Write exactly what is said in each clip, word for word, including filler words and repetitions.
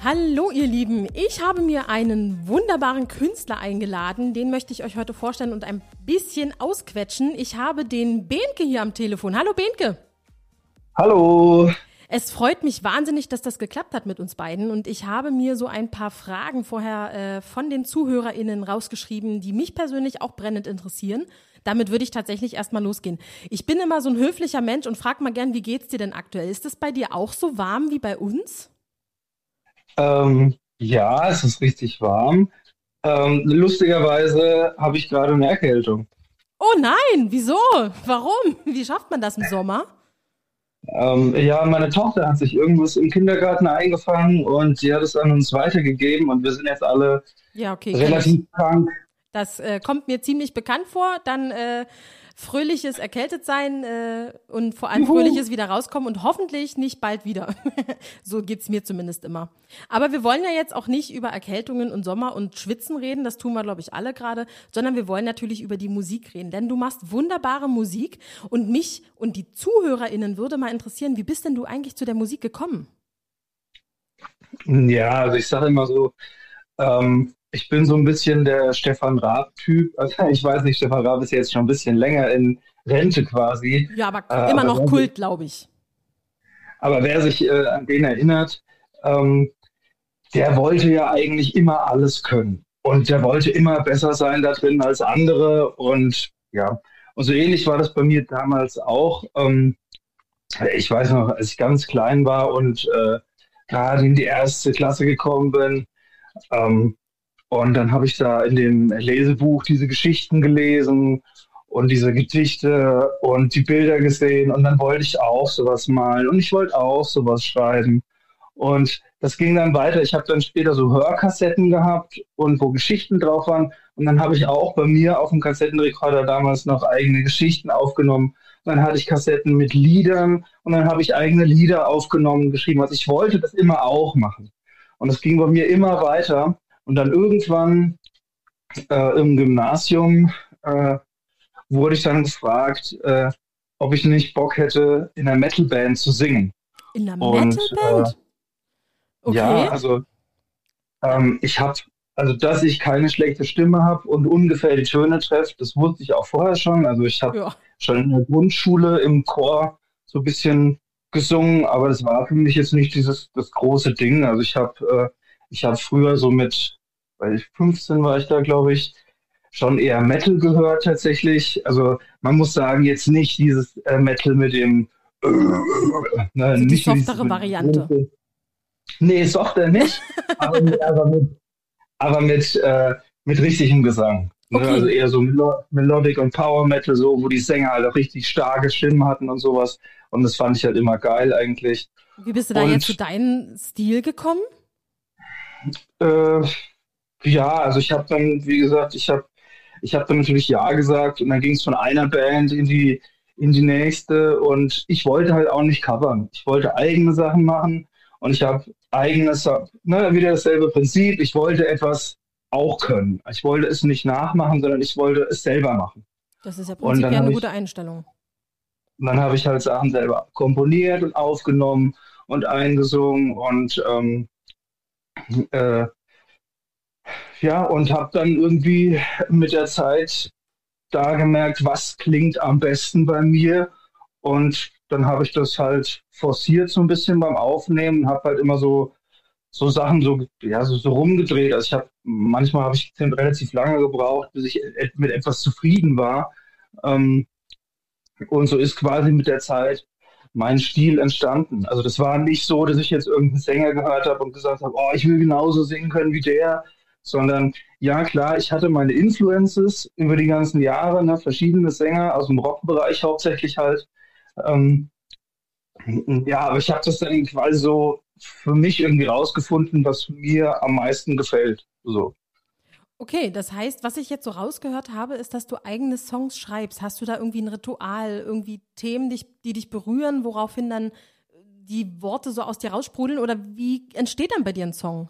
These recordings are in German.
Hallo ihr Lieben, ich habe mir einen wunderbaren Künstler eingeladen, den möchte ich euch heute vorstellen und ein bisschen ausquetschen. Ich habe den Behnke hier am Telefon. Hallo Behnke. Hallo. Es freut mich wahnsinnig, dass das geklappt hat mit uns beiden und ich habe mir so ein paar Fragen vorher äh, von den ZuhörerInnen rausgeschrieben, die mich persönlich auch brennend interessieren. Damit würde ich tatsächlich erstmal losgehen. Ich bin immer so ein höflicher Mensch und frage mal gern, wie geht's dir denn aktuell? Ist es bei dir auch so warm wie bei uns? Ähm, ja, es ist richtig warm. Ähm, lustigerweise habe ich gerade eine Erkältung. Oh nein, wieso? Warum? Wie schafft man das im Sommer? Ähm, ja, meine Tochter hat sich irgendwas im Kindergarten eingefangen und sie hat es an uns weitergegeben und wir sind jetzt alle Ja, okay, kenne ich. relativ krank. Das äh, kommt mir ziemlich bekannt vor. Dann äh, fröhliches Erkältetsein äh, und vor allem Juhu. fröhliches wieder rauskommen und hoffentlich nicht bald wieder. So geht's mir zumindest immer. Aber wir wollen ja jetzt auch nicht über Erkältungen und Sommer und Schwitzen reden, das tun wir, glaube ich, alle gerade, sondern wir wollen natürlich über die Musik reden. Denn du machst wunderbare Musik und mich und die ZuhörerInnen würde mal interessieren, wie bist denn du eigentlich zu der Musik gekommen? Ja, also ich sage immer so, ähm, ich bin so ein bisschen der Stefan Raab-Typ. Also ich weiß nicht, Stefan Raab ist jetzt schon ein bisschen länger in Rente quasi. Ja, aber Äh, immer aber noch wer sich, Kult, glaube ich. aber wer sich äh, an den erinnert, ähm, der wollte ja eigentlich immer alles können. Und der wollte immer besser sein da drin als andere. Und ja, und so ähnlich war das bei mir damals auch. Ähm, ich weiß noch, als ich ganz klein war und äh, gerade in die erste Klasse gekommen bin, ähm, und dann habe ich da in dem Lesebuch diese Geschichten gelesen und diese Gedichte und die Bilder gesehen. Und dann wollte ich auch sowas malen und ich wollte auch sowas schreiben. Und das ging dann weiter. Ich habe dann später so Hörkassetten gehabt und wo Geschichten drauf waren. Und dann habe ich auch bei mir auf dem Kassettenrekorder damals noch eigene Geschichten aufgenommen. Dann hatte ich Kassetten mit Liedern und dann habe ich eigene Lieder aufgenommen, geschrieben. Also ich wollte das immer auch machen. Und es ging bei mir immer weiter. Und dann irgendwann äh, im Gymnasium äh, wurde ich dann gefragt, äh, ob ich nicht Bock hätte, in einer Metalband zu singen. In einer Und äh, Metalband? ja, Okay. also Ähm, ich habe, also dass ich keine schlechte Stimme habe und ungefähr die Töne treffe, das wusste ich auch vorher schon. Also ich habe Ja. schon in der Grundschule im Chor so ein bisschen gesungen, aber das war für mich jetzt nicht dieses das große Ding. Also ich habe, äh, ich habe früher so mit, weil ich fünfzehn war ich da, glaube ich, schon eher Metal gehört tatsächlich. Also man muss sagen, jetzt nicht dieses äh, Metal mit dem, äh, ne, Also die nicht mit dieses, softere mit Variante. dem Nee, Software nicht, aber, aber mit, aber mit, äh, mit richtigem Gesang. Ne? Also Okay. eher so Melo Melodic und Power Metal, so, wo die Sänger halt auch richtig starke Stimmen hatten und sowas. Und das fand ich halt immer geil eigentlich. Wie bist du da jetzt zu Und deinem Stil gekommen? äh, ja, also ich habe dann, wie gesagt, ich habe ich hab dann natürlich Ja gesagt und dann ging es von einer Band in die, in die nächste und ich wollte halt auch nicht covern. Ich wollte eigene Sachen machen und ich habe eigenes, ne, wieder dasselbe Prinzip. Ich wollte etwas auch können. Ich wollte es nicht nachmachen, sondern ich wollte es selber machen. Das ist ja Und dann prinzipiell eine habe gute ich, Einstellung. dann habe ich halt Sachen selber komponiert und aufgenommen und eingesungen und ähm, äh, ja, und habe dann irgendwie mit der Zeit da gemerkt, was klingt am besten bei mir. Und dann habe ich das halt forciert so ein bisschen beim Aufnehmen, habe halt immer so, so Sachen so, ja, so, so rumgedreht. Also ich habe, manchmal habe ich relativ lange gebraucht, bis ich et- mit etwas zufrieden war. Ähm, und so ist quasi mit der Zeit mein Stil entstanden. Also das war nicht so, dass ich jetzt irgendeinen Sänger gehört habe und gesagt habe, oh, ich will genauso singen können wie der, sondern ja klar, ich hatte meine Influences über die ganzen Jahre, ne, verschiedene Sänger aus dem Rockbereich hauptsächlich halt. Ähm, ja, aber ich habe das dann quasi so für mich irgendwie rausgefunden, was mir am meisten gefällt. So. Okay, das heißt, was ich jetzt so rausgehört habe, ist, dass du eigene Songs schreibst. Hast du da irgendwie ein Ritual, irgendwie Themen, die, die dich berühren, woraufhin dann die Worte so aus dir raussprudeln? Oder wie entsteht dann bei dir ein Song?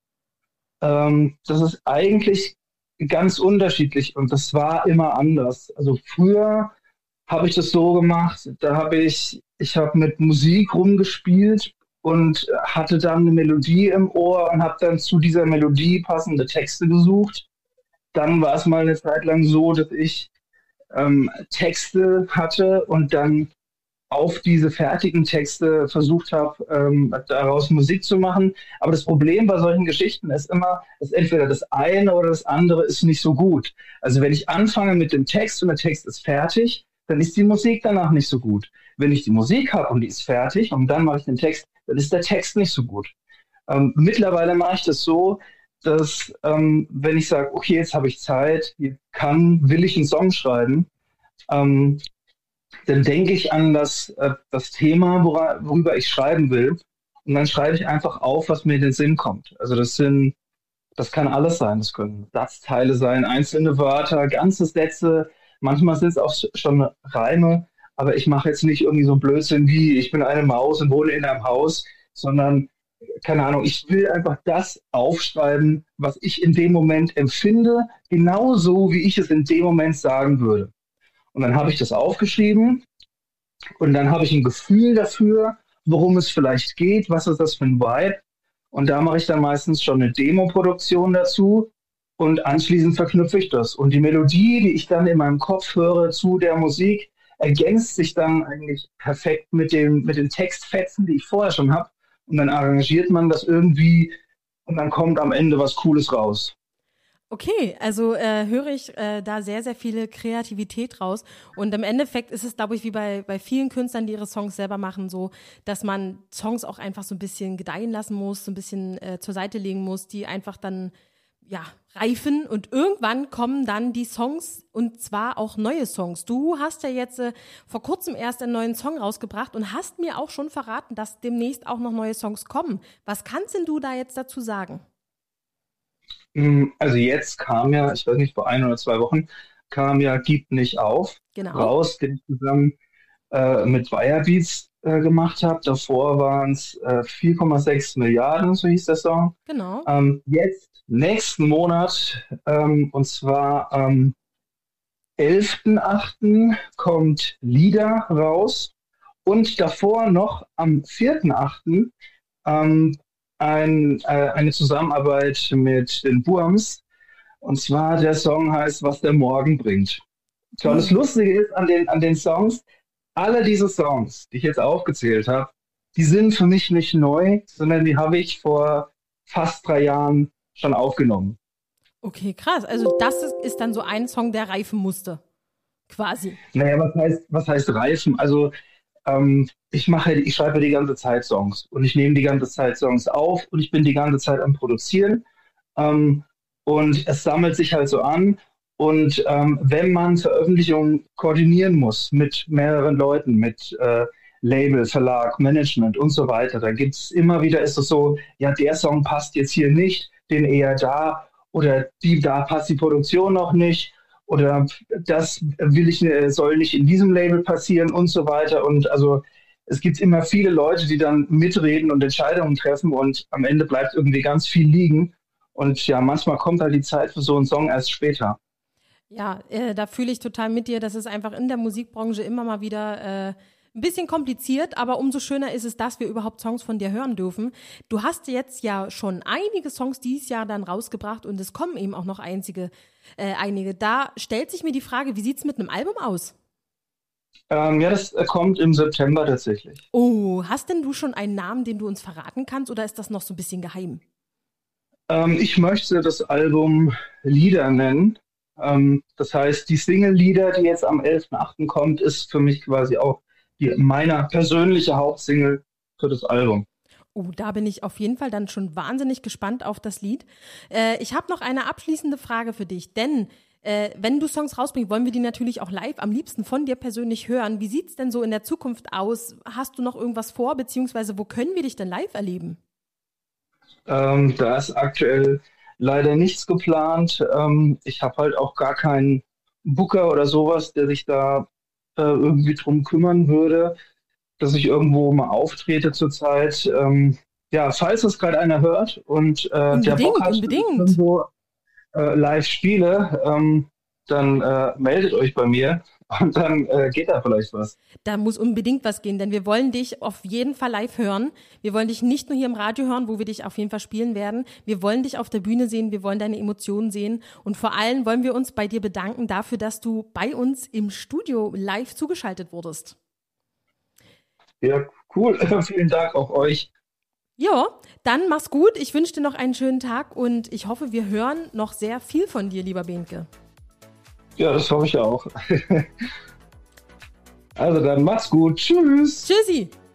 Ähm, das ist eigentlich ganz unterschiedlich und das war immer anders. Also früher habe ich das so gemacht, da habe ich, ich habe mit Musik rumgespielt und hatte dann eine Melodie im Ohr und habe dann zu dieser Melodie passende Texte gesucht. Dann war es mal eine Zeit lang so, dass ich ähm, Texte hatte und dann auf diese fertigen Texte versucht habe, ähm, daraus Musik zu machen. Aber das Problem bei solchen Geschichten ist immer, dass entweder das eine oder das andere ist nicht so gut. Also wenn ich anfange mit dem Text und der Text ist fertig, dann ist die Musik danach nicht so gut. Wenn ich die Musik habe und die ist fertig und dann mache ich den Text, dann ist der Text nicht so gut. Ähm, mittlerweile mache ich das so, dass ähm, wenn ich sage, okay, jetzt habe ich Zeit, kann, will ich einen Song schreiben, ähm, dann denke ich an das, äh, das Thema, wora, worüber ich schreiben will. Und dann schreibe ich einfach auf, was mir in den Sinn kommt. Also das sind, das kann alles sein. Das können Satzteile sein, einzelne Wörter, ganze Sätze. Manchmal sind es auch schon Reime. Aber ich mache jetzt nicht irgendwie so einen Blödsinn wie, ich bin eine Maus und wohne in einem Haus, sondern, keine Ahnung, ich will einfach das aufschreiben, was ich in dem Moment empfinde, genauso wie ich es in dem Moment sagen würde. Und dann habe ich das aufgeschrieben und dann habe ich ein Gefühl dafür, worum es vielleicht geht, was ist das für ein Vibe. Und da mache ich dann meistens schon eine Demo-Produktion dazu und anschließend verknüpfe ich das. Und die Melodie, die ich dann in meinem Kopf höre zu der Musik, ergänzt sich dann eigentlich perfekt mit, dem, mit den Textfetzen, die ich vorher schon habe. Und dann arrangiert man das irgendwie und dann kommt am Ende was Cooles raus. Okay, also äh, höre ich äh, da sehr, sehr viele Kreativität raus. Und im Endeffekt ist es, glaube ich, wie bei, bei vielen Künstlern, die ihre Songs selber machen, so, dass man Songs auch einfach so ein bisschen gedeihen lassen muss, so ein bisschen äh, zur Seite legen muss, die einfach dann, ja, reifen. Und irgendwann kommen dann die Songs, und zwar auch neue Songs. Du hast ja jetzt äh, vor kurzem erst einen neuen Song rausgebracht und hast mir auch schon verraten, dass demnächst auch noch neue Songs kommen. Was kannst denn du da jetzt dazu sagen? Also jetzt kam ja, ich weiß nicht, vor ein oder zwei Wochen kam ja Gib nicht auf Genau. raus, den ich zusammen äh, mit Firebeats äh, gemacht habe. Davor waren es äh, vier Komma sechs Milliarden, so hieß der Song. Genau. Ähm, jetzt, nächsten Monat, ähm, und zwar am elften achten kommt Lieder raus und davor noch am vierten achten ähm, ein, äh, eine Zusammenarbeit mit den Burms. Und zwar der Song heißt Was der Morgen bringt. So, und das Lustige ist an den, an den Songs, alle diese Songs, die ich jetzt aufgezählt habe, die sind für mich nicht neu, sondern die habe ich vor fast drei Jahren schon aufgenommen. Okay, krass. Also das ist, ist dann so ein Song, der reifen musste, quasi. Naja, was heißt, was heißt reifen? Also ähm, ich mache, ich schreibe die ganze Zeit Songs und ich nehme die ganze Zeit Songs auf und ich bin die ganze Zeit am Produzieren ähm, und es sammelt sich halt so an. Und ähm, wenn man Veröffentlichungen koordinieren muss mit mehreren Leuten, mit äh, Label, Verlag, Management und so weiter, dann gibt es immer wieder, ist es so, ja, der Song passt jetzt hier nicht, den eher da oder die, da passt die Produktion noch nicht oder das will ich, soll nicht in diesem Label passieren und so weiter. Und also es gibt immer viele Leute, die dann mitreden und Entscheidungen treffen und am Ende bleibt irgendwie ganz viel liegen. Und ja, manchmal kommt halt die Zeit für so einen Song erst später. Ja, äh, da fühle ich total mit dir. Das ist einfach in der Musikbranche immer mal wieder äh, ein bisschen kompliziert, aber umso schöner ist es, dass wir überhaupt Songs von dir hören dürfen. Du hast jetzt ja schon einige Songs dieses Jahr dann rausgebracht und es kommen eben auch noch einzige, äh, einige. Da stellt sich mir die Frage, wie sieht's mit einem Album aus? Ähm, ja, das äh, kommt im September tatsächlich. Oh, hast denn du schon einen Namen, den du uns verraten kannst, oder ist das noch so ein bisschen geheim? Ähm, ich möchte das Album Lieder nennen. Ähm, das heißt, die Single-Lieder, die jetzt am elften achten kommt, ist für mich quasi auch die, meine persönliche Hauptsingle für das Album. Oh, da bin ich auf jeden Fall dann schon wahnsinnig gespannt auf das Lied. Äh, ich habe noch eine abschließende Frage für dich, denn äh, wenn du Songs rausbringst, wollen wir die natürlich auch live am liebsten von dir persönlich hören. Wie sieht's denn so in der Zukunft aus? Hast du noch irgendwas vor, beziehungsweise wo können wir dich denn live erleben? Ähm, da ist aktuell leider nichts geplant. Ähm, ich habe halt auch gar keinen Booker oder sowas, der sich da äh, irgendwie drum kümmern würde, dass ich irgendwo mal auftrete zurzeit. Ähm, ja, falls das gerade einer hört und äh, der Bock hat, dass ich irgendwo äh, live spiele, ähm, dann äh, meldet euch bei mir und dann äh, geht da vielleicht was. Da muss unbedingt was gehen, denn wir wollen dich auf jeden Fall live hören. Wir wollen dich nicht nur hier im Radio hören, wo wir dich auf jeden Fall spielen werden. Wir wollen dich auf der Bühne sehen, wir wollen deine Emotionen sehen und vor allem wollen wir uns bei dir bedanken dafür, dass du bei uns im Studio live zugeschaltet wurdest. Ja, cool. Vielen Dank auch euch. Ja, dann mach's gut. Ich wünsche dir noch einen schönen Tag und ich hoffe, wir hören noch sehr viel von dir, lieber Behnke. Ja, das hoffe ich auch. Also dann macht's gut. Tschüss. Tschüssi.